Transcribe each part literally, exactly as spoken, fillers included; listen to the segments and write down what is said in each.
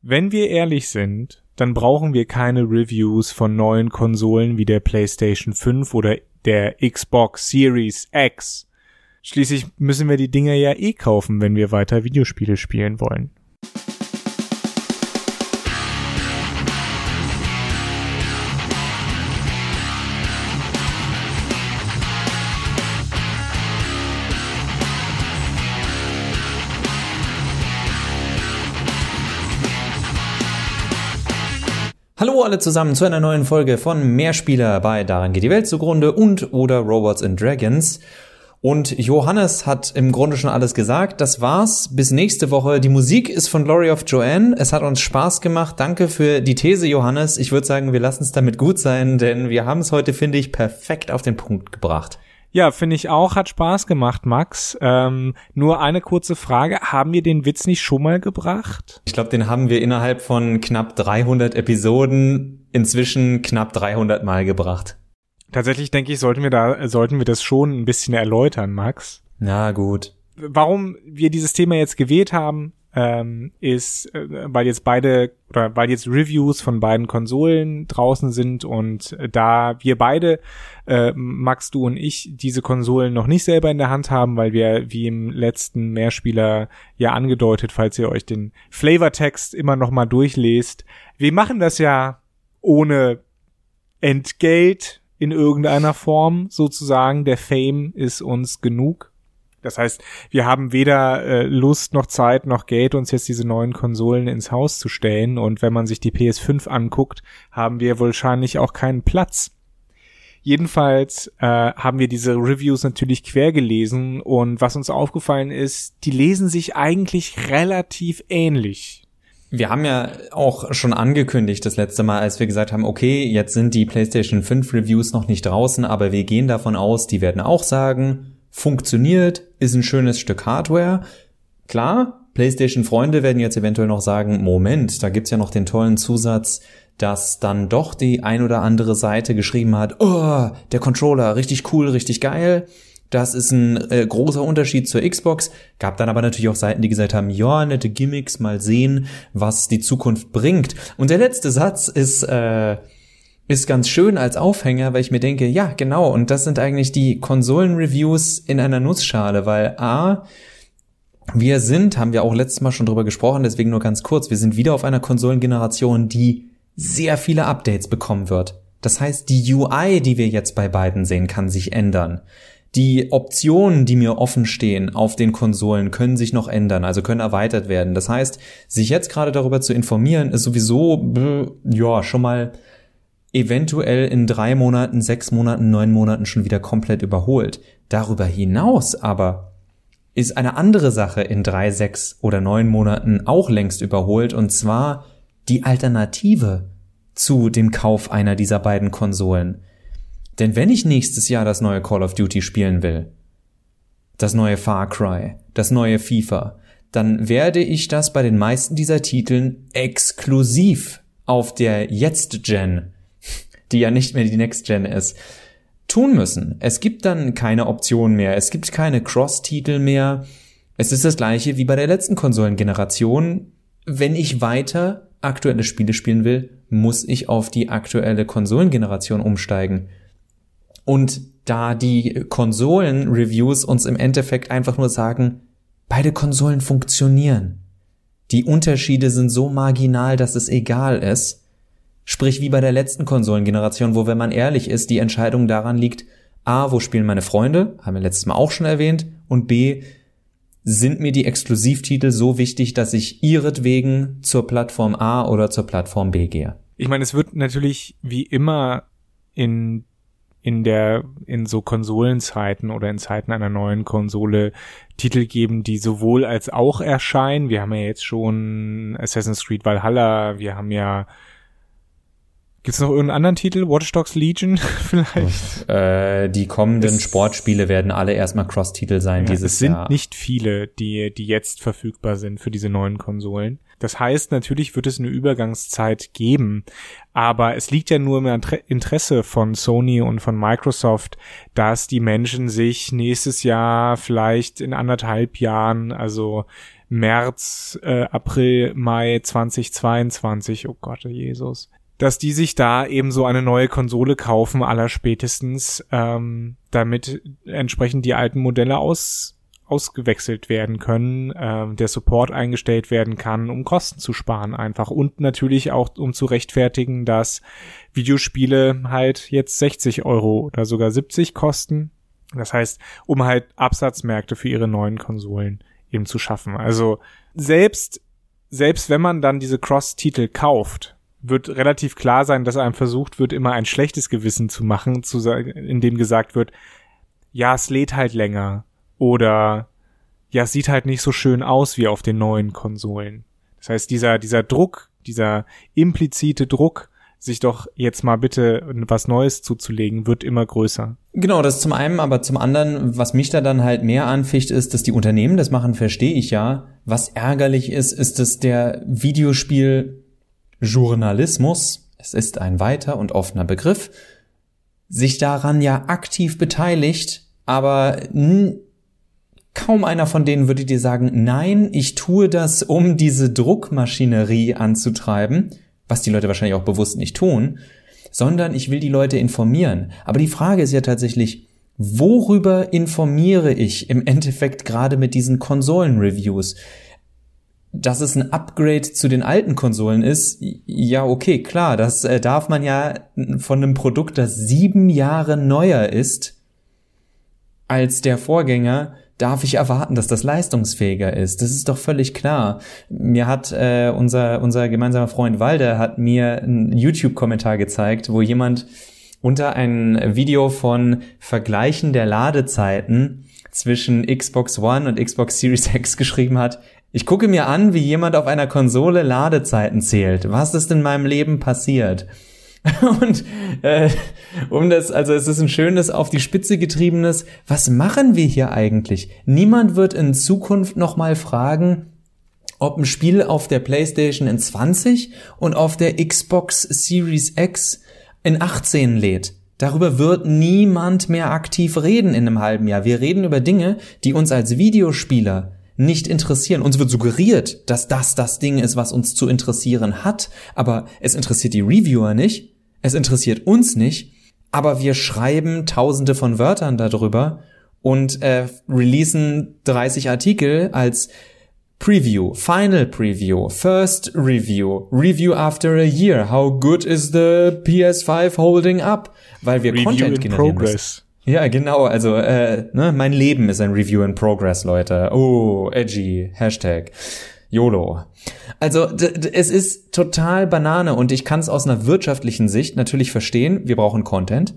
Wenn wir ehrlich sind, dann brauchen wir keine Reviews von neuen Konsolen wie der PlayStation fünf oder der Xbox Series X. Schließlich müssen wir die Dinger ja eh kaufen, wenn wir weiter Videospiele spielen wollen. Hallo alle zusammen zu einer neuen Folge von Mehrspieler bei Daran geht die Welt zugrunde und oder Robots and Dragons. Und Johannes hat im Grunde schon alles gesagt. Das war's. Bis nächste Woche. Die Musik ist von Glory of Joanne. Es hat uns Spaß gemacht. Danke für die These, Johannes. Ich würde sagen, wir lassen es damit gut sein, denn wir haben es heute, finde ich, perfekt auf den Punkt gebracht. Ja, finde ich auch. Hat Spaß gemacht, Max. Ähm, nur eine kurze Frage. Haben wir den Witz nicht schon mal gebracht? Ich glaube, den haben wir innerhalb von knapp dreihundert Episoden inzwischen knapp dreihundert Mal gebracht. Tatsächlich denke ich, sollten wir da, sollten wir das schon ein bisschen erläutern, Max. Na gut. Warum wir dieses Thema jetzt gewählt haben, ähm, ist, äh, weil jetzt beide, oder weil jetzt Reviews von beiden Konsolen draußen sind und äh, da wir beide, äh, Max, du und ich, diese Konsolen noch nicht selber in der Hand haben, weil wir, wie im letzten Mehrspieler ja angedeutet, falls ihr euch den Flavortext immer noch mal durchlest, wir machen das ja ohne Entgelt in irgendeiner Form sozusagen. Der Fame ist uns genug. Das heißt, wir haben weder äh, Lust noch Zeit noch Geld, uns jetzt diese neuen Konsolen ins Haus zu stellen. Und wenn man sich die P S fünf anguckt, haben wir wahrscheinlich auch keinen Platz. Jedenfalls äh, haben wir diese Reviews natürlich quer gelesen. Und was uns aufgefallen ist, die lesen sich eigentlich relativ ähnlich. Wir haben ja auch schon angekündigt das letzte Mal, als wir gesagt haben, okay, jetzt sind die PlayStation fünf Reviews noch nicht draußen, aber wir gehen davon aus, die werden auch sagen, funktioniert, ist ein schönes Stück Hardware. Klar, PlayStation-Freunde werden jetzt eventuell noch sagen, Moment, da gibt's ja noch den tollen Zusatz, dass dann doch die ein oder andere Seite geschrieben hat, oh, der Controller, richtig cool, richtig geil. Das ist ein äh, großer Unterschied zur Xbox. Gab dann aber natürlich auch Seiten, die gesagt haben, ja, nette Gimmicks, mal sehen, was die Zukunft bringt. Und der letzte Satz ist äh, ist ganz schön als Aufhänger, weil ich mir denke, ja, genau, und das sind eigentlich die Konsolen-Reviews in einer Nussschale, weil A, wir sind, haben wir auch letztes Mal schon drüber gesprochen, deswegen nur ganz kurz, wir sind wieder auf einer Konsolengeneration, die sehr viele Updates bekommen wird. Das heißt, die U I, die wir jetzt bei beiden sehen, kann sich ändern. Die Optionen, die mir offen stehen auf den Konsolen, können sich noch ändern, also können erweitert werden. Das heißt, sich jetzt gerade darüber zu informieren, ist sowieso, ja, schon mal eventuell in drei Monaten, sechs Monaten, neun Monaten schon wieder komplett überholt. Darüber hinaus aber ist eine andere Sache in drei, sechs oder neun Monaten auch längst überholt, und zwar die Alternative zu dem Kauf einer dieser beiden Konsolen. Denn wenn ich nächstes Jahr das neue Call of Duty spielen will, das neue Far Cry, das neue FIFA, dann werde ich das bei den meisten dieser Titeln exklusiv auf der Jetzt-Gen, die ja nicht mehr die Next-Gen ist, tun müssen. Es gibt dann keine Option mehr, es gibt keine Cross-Titel mehr. Es ist das gleiche wie bei der letzten Konsolengeneration. Wenn ich weiter aktuelle Spiele spielen will, muss ich auf die aktuelle Konsolengeneration umsteigen. Und da die Konsolen-Reviews uns im Endeffekt einfach nur sagen, beide Konsolen funktionieren. Die Unterschiede sind so marginal, dass es egal ist. Sprich wie bei der letzten Konsolengeneration, wo, wenn man ehrlich ist, die Entscheidung daran liegt, A, wo spielen meine Freunde, haben wir letztes Mal auch schon erwähnt, und B, sind mir die Exklusivtitel so wichtig, dass ich ihretwegen zur Plattform A oder zur Plattform B gehe. Ich meine, es wird natürlich wie immer in in der in so Konsolenzeiten oder in Zeiten einer neuen Konsole Titel geben, die sowohl als auch erscheinen. Wir haben ja jetzt schon Assassin's Creed Valhalla, wir haben ja Gibt's noch irgendeinen anderen Titel? Watch Dogs Legion vielleicht? Äh, die kommenden es, Sportspiele werden alle erstmal Cross-Titel sein ja, dieses Jahr. Es sind Jahr. nicht viele, die die jetzt verfügbar sind für diese neuen Konsolen. Das heißt, natürlich wird es eine Übergangszeit geben, aber es liegt ja nur im Interesse von Sony und von Microsoft, dass die Menschen sich nächstes Jahr, vielleicht in anderthalb Jahren, also März, äh, April, Mai zweitausendzweiundzwanzig, oh Gott, Jesus, dass die sich da eben so eine neue Konsole kaufen, allerspätestens, ähm, damit entsprechend die alten Modelle aus ausgewechselt werden können, ähm, der Support eingestellt werden kann, um Kosten zu sparen einfach und natürlich auch um zu rechtfertigen, dass Videospiele halt jetzt sechzig Euro oder sogar siebzig kosten. Das heißt, um halt Absatzmärkte für ihre neuen Konsolen eben zu schaffen. Also selbst selbst wenn man dann diese Cross-Titel kauft, wird relativ klar sein, dass einem versucht wird, immer ein schlechtes Gewissen zu machen, zu sagen, indem gesagt wird, ja, es lädt halt länger. Oder, ja, es sieht halt nicht so schön aus wie auf den neuen Konsolen. Das heißt, dieser, dieser Druck, dieser implizite Druck, sich doch jetzt mal bitte was Neues zuzulegen, wird immer größer. Genau, das zum einen, aber zum anderen, was mich da dann halt mehr anficht, ist, dass die Unternehmen das machen, verstehe ich ja. Was ärgerlich ist, ist, dass der Videospieljournalismus, es ist ein weiter und offener Begriff, sich daran ja aktiv beteiligt, aber n- kaum einer von denen würde dir sagen, nein, ich tue das, um diese Druckmaschinerie anzutreiben, was die Leute wahrscheinlich auch bewusst nicht tun, sondern ich will die Leute informieren. Aber die Frage ist ja tatsächlich, worüber informiere ich im Endeffekt gerade mit diesen Konsolen-Reviews? Dass es ein Upgrade zu den alten Konsolen ist, ja okay, klar, das äh, darf man ja von einem Produkt, das sieben Jahre neuer ist als der Vorgänger, darf ich erwarten, dass das leistungsfähiger ist. Das ist doch völlig klar. Mir hat äh, unser unser gemeinsamer Freund Walder hat mir einen YouTube-Kommentar gezeigt, wo jemand unter ein Video von Vergleichen der Ladezeiten zwischen Xbox One und Xbox Series X geschrieben hat: Ich gucke mir an, wie jemand auf einer Konsole Ladezeiten zählt. Was ist in meinem Leben passiert? Und äh, um das, also es ist ein schönes, auf die Spitze getriebenes, was machen wir hier eigentlich? Niemand wird in Zukunft nochmal fragen, ob ein Spiel auf der PlayStation in zwanzig und auf der Xbox Series X in achtzehn lädt. Darüber wird niemand mehr aktiv reden in einem halben Jahr. Wir reden über Dinge, die uns als Videospieler nicht interessieren. Uns wird suggeriert, dass das das Ding ist, was uns zu interessieren hat, aber es interessiert die Reviewer nicht. Es interessiert uns nicht, aber wir schreiben tausende von Wörtern darüber und äh, releasen dreißig Artikel als Preview, Final Preview, First Review, Review after a year, how good is the P S five holding up? Weil wir Review Content in generieren progress. müssen. Ja, genau, also äh, ne, mein Leben ist ein Review in progress, Leute. Oh, edgy, Hashtag YOLO. Also d- d- es ist total Banane und ich kann es aus einer wirtschaftlichen Sicht natürlich verstehen, wir brauchen Content,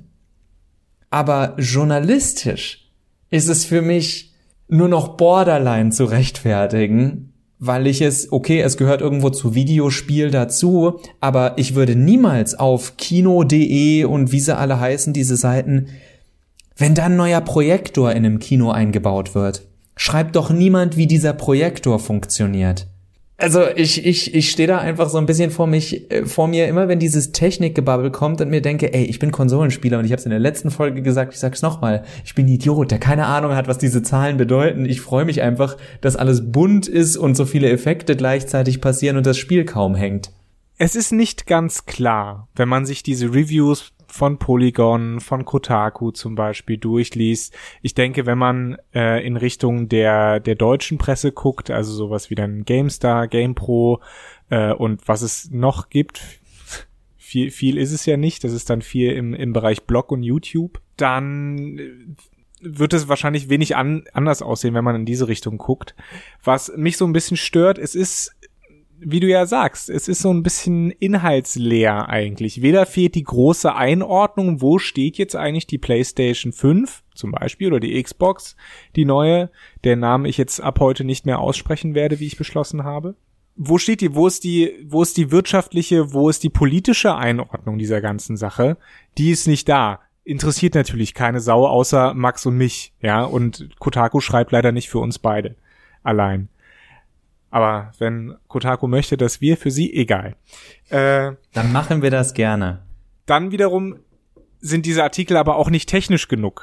aber journalistisch ist es für mich nur noch borderline zu rechtfertigen, weil ich es, okay, es gehört irgendwo zu Videospiel dazu, aber ich würde niemals auf kino punkt de und wie sie alle heißen, diese Seiten, wenn da ein neuer Projektor in einem Kino eingebaut wird, schreibt doch niemand, wie dieser Projektor funktioniert. Also ich ich ich stehe da einfach so ein bisschen vor mich äh, vor mir immer, wenn dieses Technikgebabbel kommt und mir denke, ey, ich bin Konsolenspieler und ich habe es in der letzten Folge gesagt, ich sag's nochmal, ich bin ein Idiot, der keine Ahnung hat, was diese Zahlen bedeuten. Ich freue mich einfach, dass alles bunt ist und so viele Effekte gleichzeitig passieren und das Spiel kaum hängt. Es ist nicht ganz klar, wenn man sich diese Reviews von Polygon, von Kotaku zum Beispiel durchliest. Ich denke, wenn man äh, in Richtung der der deutschen Presse guckt, also sowas wie dann GameStar, GamePro äh, und was es noch gibt, viel viel ist es ja nicht, das ist dann viel im im Bereich Blog und YouTube, dann wird es wahrscheinlich wenig an, anders aussehen, wenn man in diese Richtung guckt. Was mich so ein bisschen stört, es ist, wie du ja sagst, es ist so ein bisschen inhaltsleer eigentlich. Weder fehlt die große Einordnung, wo steht jetzt eigentlich die PlayStation fünf zum Beispiel oder die Xbox, die neue, deren Namen ich jetzt ab heute nicht mehr aussprechen werde, wie ich beschlossen habe. Wo steht die, wo ist die, wo ist die wirtschaftliche, wo ist die politische Einordnung dieser ganzen Sache? Die ist nicht da. Interessiert natürlich keine Sau außer Max und mich, ja, und Kotaku schreibt leider nicht für uns beide allein. Aber wenn Kotaku möchte, dass wir für sie, egal. Äh, Dann machen wir das gerne. Dann wiederum sind diese Artikel aber auch nicht technisch genug.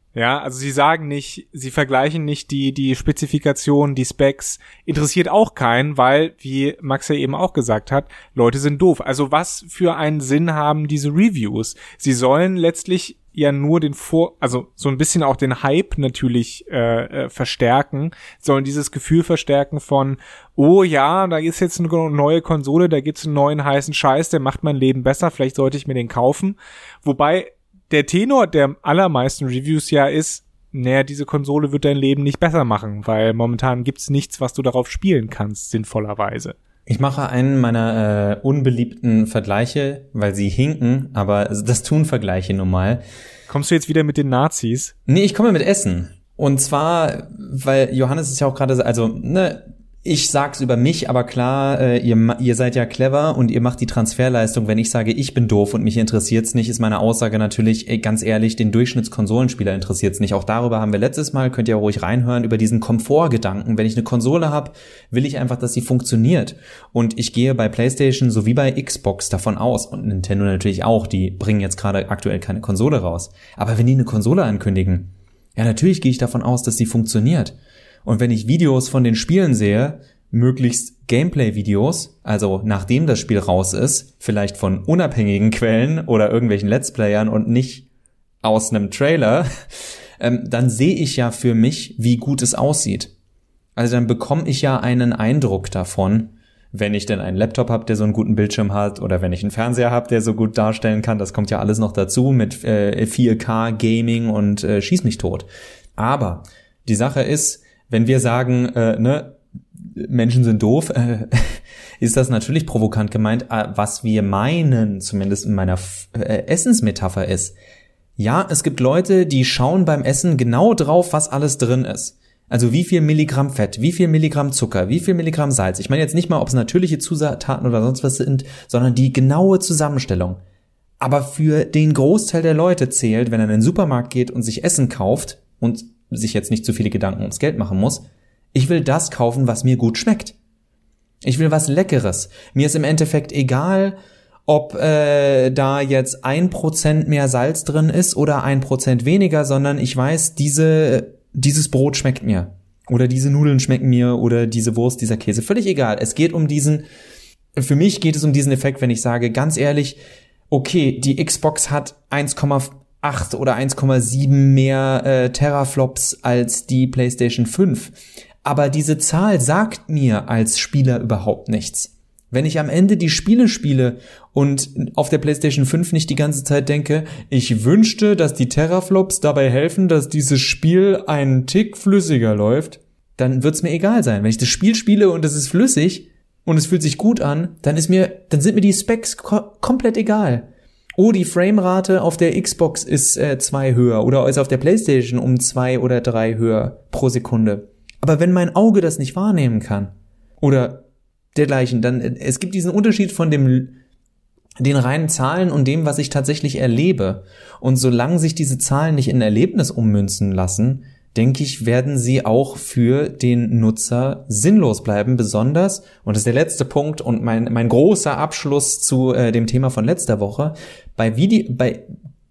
Ja, also sie sagen nicht, sie vergleichen nicht die die Spezifikationen, die Specs, interessiert auch keinen, weil, wie Max ja eben auch gesagt hat, Leute sind doof. Also was für einen Sinn haben diese Reviews? Sie sollen letztlich ja nur den Vor, also so ein bisschen auch den Hype natürlich äh, äh, verstärken, sollen dieses Gefühl verstärken von, oh ja, da ist jetzt eine neue Konsole, da gibt's einen neuen heißen Scheiß, der macht mein Leben besser, vielleicht sollte ich mir den kaufen. Wobei der Tenor der allermeisten Reviews ja ist, naja, diese Konsole wird dein Leben nicht besser machen, weil momentan gibt's nichts, was du darauf spielen kannst, sinnvollerweise. Ich mache einen meiner äh, unbeliebten Vergleiche, weil sie hinken, aber das tun Vergleiche nun mal. Kommst du jetzt wieder mit den Nazis? Nee, ich komme mit Essen. Und zwar, weil Johannes ist ja auch gerade, also, ne, ich sag's über mich, aber klar, äh, ihr, ihr seid ja clever und ihr macht die Transferleistung. Wenn ich sage, ich bin doof und mich interessiert's nicht, ist meine Aussage natürlich, ey, ganz ehrlich, den Durchschnittskonsolenspieler interessiert's nicht. Auch darüber haben wir letztes Mal, könnt ihr ruhig reinhören, über diesen Komfortgedanken. Wenn ich eine Konsole habe, will ich einfach, dass sie funktioniert. Und ich gehe bei PlayStation sowie bei Xbox davon aus, und Nintendo natürlich auch, die bringen jetzt gerade aktuell keine Konsole raus. Aber wenn die eine Konsole ankündigen, ja, natürlich gehe ich davon aus, dass sie funktioniert. Und wenn ich Videos von den Spielen sehe, möglichst Gameplay-Videos, also nachdem das Spiel raus ist, vielleicht von unabhängigen Quellen oder irgendwelchen Let's Playern und nicht aus einem Trailer, ähm, dann sehe ich ja für mich, wie gut es aussieht. Also dann bekomme ich ja einen Eindruck davon, wenn ich denn einen Laptop habe, der so einen guten Bildschirm hat, oder wenn ich einen Fernseher habe, der so gut darstellen kann. Das kommt ja alles noch dazu mit äh, vier K Gaming und äh, schieß mich tot. Aber die Sache ist, wenn wir sagen, äh, ne, Menschen sind doof, äh, ist das natürlich provokant gemeint. Äh, was wir meinen, zumindest in meiner äh, Essensmetapher ist, ja, es gibt Leute, die schauen beim Essen genau drauf, was alles drin ist. Also wie viel Milligramm Fett, wie viel Milligramm Zucker, wie viel Milligramm Salz. Ich meine jetzt nicht mal, ob es natürliche Zutaten oder sonst was sind, sondern die genaue Zusammenstellung. Aber für den Großteil der Leute zählt, wenn er in den Supermarkt geht und sich Essen kauft und sich jetzt nicht zu viele Gedanken ums Geld machen muss, ich will das kaufen, was mir gut schmeckt. Ich will was Leckeres. Mir ist im Endeffekt egal, ob äh, da jetzt ein Prozent mehr Salz drin ist oder ein Prozent weniger, sondern ich weiß, diese dieses Brot schmeckt mir. Oder diese Nudeln schmecken mir oder diese Wurst, dieser Käse. Völlig egal. Es geht um diesen, für mich geht es um diesen Effekt, wenn ich sage, ganz ehrlich, okay, die Xbox hat eins Komma acht oder eins Komma sieben mehr äh, Teraflops als die PlayStation fünf. Aber diese Zahl sagt mir als Spieler überhaupt nichts. Wenn ich am Ende die Spiele spiele und auf der PlayStation fünf nicht die ganze Zeit denke, ich wünschte, dass die Teraflops dabei helfen, dass dieses Spiel einen Tick flüssiger läuft, dann wird's mir egal sein. Wenn ich das Spiel spiele und es ist flüssig und es fühlt sich gut an, dann ist mir, dann sind mir die Specs ko- komplett egal. Oh, die Framerate auf der Xbox ist äh, zwei höher oder ist auf der PlayStation um zwei oder drei höher pro Sekunde. Aber wenn mein Auge das nicht wahrnehmen kann oder dergleichen, dann es gibt diesen Unterschied von dem den reinen Zahlen und dem, was ich tatsächlich erlebe. Und solange sich diese Zahlen nicht in ein Erlebnis ummünzen lassen, denke ich, werden sie auch für den Nutzer sinnlos bleiben, besonders, und das ist der letzte Punkt und mein mein großer Abschluss zu äh, dem Thema von letzter Woche, bei Video, bei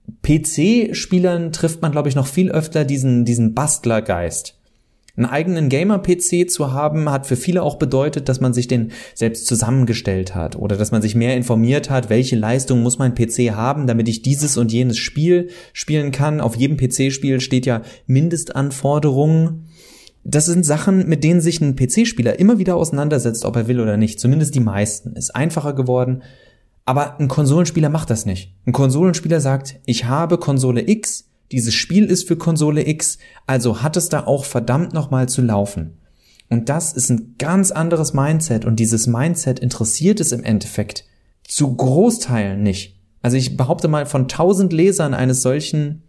P C-Spielern trifft man, glaube ich, noch viel öfter diesen diesen Bastlergeist. Einen eigenen Gamer-P C zu haben, hat für viele auch bedeutet, dass man sich den selbst zusammengestellt hat oder dass man sich mehr informiert hat, welche Leistung muss mein P C haben, damit ich dieses und jenes Spiel spielen kann. Auf jedem P C-Spiel steht ja Mindestanforderungen. Das sind Sachen, mit denen sich ein P C-Spieler immer wieder auseinandersetzt, ob er will oder nicht. Zumindest die meisten. Ist einfacher geworden. Aber ein Konsolenspieler macht das nicht. Ein Konsolenspieler sagt, ich habe Konsole X, dieses Spiel ist für Konsole X, also hat es da auch verdammt nochmal zu laufen. Und das ist ein ganz anderes Mindset und dieses Mindset interessiert es im Endeffekt zu Großteilen nicht. Also ich behaupte mal, von tausend Lesern eines solchen,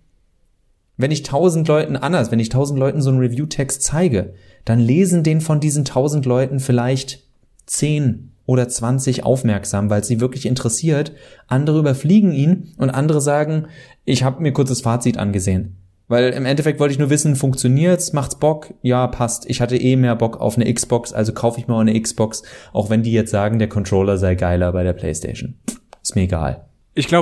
wenn ich tausend Leuten anders, wenn ich tausend Leuten so einen Review-Text zeige, dann lesen den von diesen tausend Leuten vielleicht zehn oder zwanzig aufmerksam, weil es sie wirklich interessiert. Andere überfliegen ihn und andere sagen, ich habe mir kurz das Fazit angesehen. Weil im Endeffekt wollte ich nur wissen, funktioniert's, macht's Bock? Ja, passt. Ich hatte eh mehr Bock auf eine Xbox, also kaufe ich mir auch eine Xbox, auch wenn die jetzt sagen, der Controller sei geiler bei der PlayStation. Ist mir egal. Ich glaube,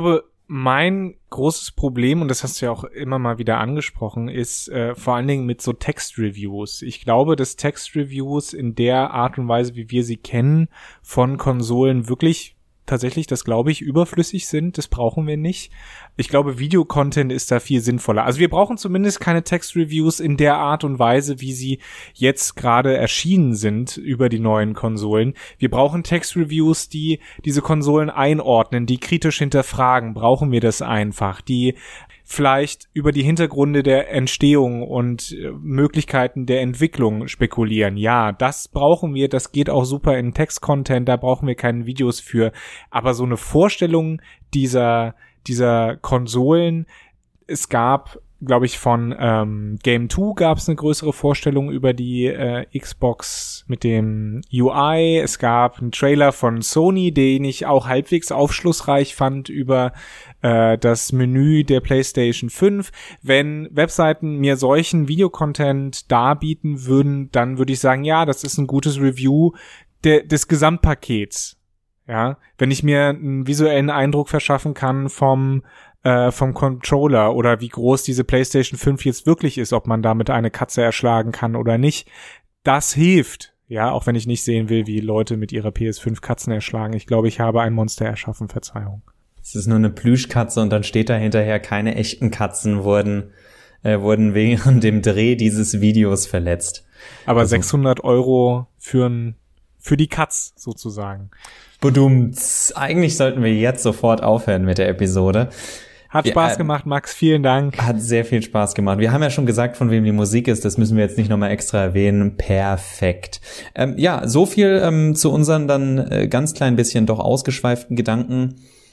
Mein großes Problem, und das hast du ja auch immer mal wieder angesprochen, ist äh, vor allen Dingen mit so Textreviews. Ich glaube, dass Textreviews in der Art und Weise, wie wir sie kennen, von Konsolen wirklich tatsächlich, das glaube ich, überflüssig sind. Das brauchen wir nicht. Ich glaube, Videocontent ist da viel sinnvoller. Also wir brauchen zumindest keine Textreviews in der Art und Weise, wie sie jetzt gerade erschienen sind über die neuen Konsolen. Wir brauchen Textreviews, die diese Konsolen einordnen, die kritisch hinterfragen. Brauchen wir das einfach? Die vielleicht über die Hintergründe der Entstehung und äh, Möglichkeiten der Entwicklung spekulieren. Ja, das brauchen wir, das geht auch super in Textcontent, da brauchen wir keine Videos für. Aber so eine Vorstellung dieser, dieser Konsolen, es gab, glaube ich, von ähm, Game zwei gab es eine größere Vorstellung über die äh, Xbox mit dem U I. Es gab einen Trailer von Sony, den ich auch halbwegs aufschlussreich fand über äh, das Menü der PlayStation fünf. Wenn Webseiten mir solchen Videocontent darbieten würden, dann würde ich sagen, ja, das ist ein gutes Review de- des Gesamtpakets. Ja, wenn ich mir einen visuellen Eindruck verschaffen kann vom äh, vom Controller oder wie groß diese PlayStation fünf jetzt wirklich ist, ob man damit eine Katze erschlagen kann oder nicht, das hilft. Ja, auch wenn ich nicht sehen will, wie Leute mit ihrer P S fünf Katzen erschlagen. Ich glaube, ich habe ein Monster erschaffen, Verzeihung. Es ist nur eine Plüschkatze und dann steht da hinterher, keine echten Katzen wurden äh, wurden während dem Dreh dieses Videos verletzt. Aber also sechshundert Euro für ein, für die Katz sozusagen. Budumts. Eigentlich sollten wir jetzt sofort aufhören mit der Episode. Hat Spaß wir, gemacht, Max. Vielen Dank. Hat sehr viel Spaß gemacht. Wir haben ja schon gesagt, von wem die Musik ist. Das müssen wir jetzt nicht nochmal extra erwähnen. Perfekt. Ähm, ja, so viel ähm, zu unseren dann äh, ganz klein bisschen doch ausgeschweiften Gedanken,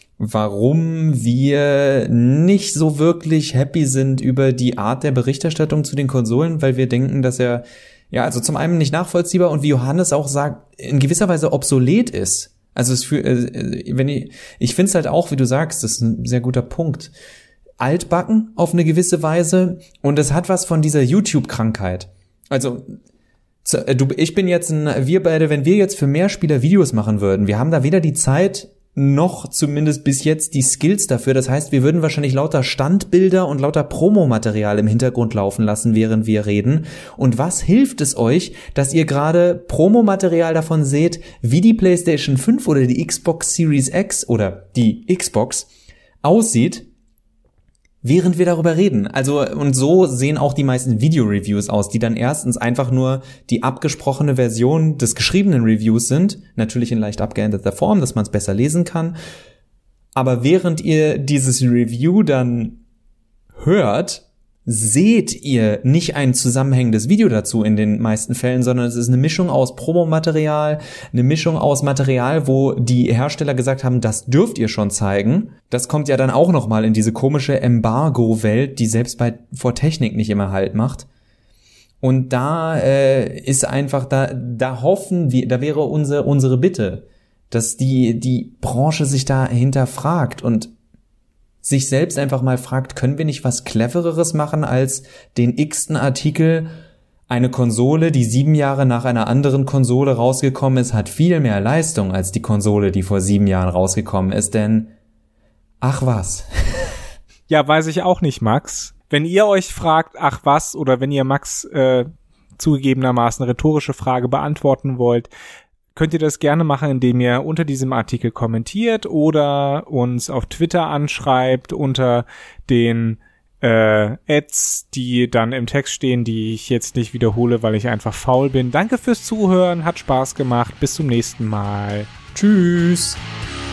warum wir nicht so wirklich happy sind über die Art der Berichterstattung zu den Konsolen, weil wir denken, dass er, ja, also zum einen nicht nachvollziehbar und wie Johannes auch sagt, in gewisser Weise obsolet ist. Also es für, äh, wenn ich, ich finde es halt auch, wie du sagst, das ist ein sehr guter Punkt. Altbacken auf eine gewisse Weise und es hat was von dieser YouTube-Krankheit. Also zu, äh, du, ich bin jetzt ein, wir beide, wenn wir jetzt für Mehrspieler Videos machen würden, wir haben da weder die Zeit noch zumindest bis jetzt die Skills dafür. Das heißt, wir würden wahrscheinlich lauter Standbilder und lauter Promomaterial im Hintergrund laufen lassen, während wir reden. Und was hilft es euch, dass ihr gerade Promomaterial davon seht, wie die PlayStation fünf oder die Xbox Series X oder die Xbox aussieht, während wir darüber reden? Also, und so sehen auch die meisten Video-Reviews aus, die dann erstens einfach nur die abgesprochene Version des geschriebenen Reviews sind, natürlich in leicht abgeänderter Form, dass man es besser lesen kann. Aber während ihr dieses Review dann hört, seht ihr nicht ein zusammenhängendes Video dazu in den meisten Fällen, sondern es ist eine Mischung aus Promomaterial, eine Mischung aus Material, wo die Hersteller gesagt haben, das dürft ihr schon zeigen. Das kommt ja dann auch nochmal in diese komische Embargo-Welt, die selbst bei vor Technik nicht immer Halt macht. Und da äh, ist einfach, da da hoffen wir, da wäre unsere unsere Bitte, dass die die Branche sich da hinterfragt und sich selbst einfach mal fragt, können wir nicht was Clevereres machen als den x-ten Artikel, eine Konsole, die sieben Jahre nach einer anderen Konsole rausgekommen ist, hat viel mehr Leistung als die Konsole, die vor sieben Jahren rausgekommen ist, denn ach was. Ja, weiß ich auch nicht, Max. Wenn ihr euch fragt, ach was, oder wenn ihr Max äh, zugegebenermaßen eine rhetorische Frage beantworten wollt, könnt ihr das gerne machen, indem ihr unter diesem Artikel kommentiert oder uns auf Twitter anschreibt unter den äh, Ads, die dann im Text stehen, die ich jetzt nicht wiederhole, weil ich einfach faul bin. Danke fürs Zuhören, hat Spaß gemacht. Bis zum nächsten Mal. Tschüss.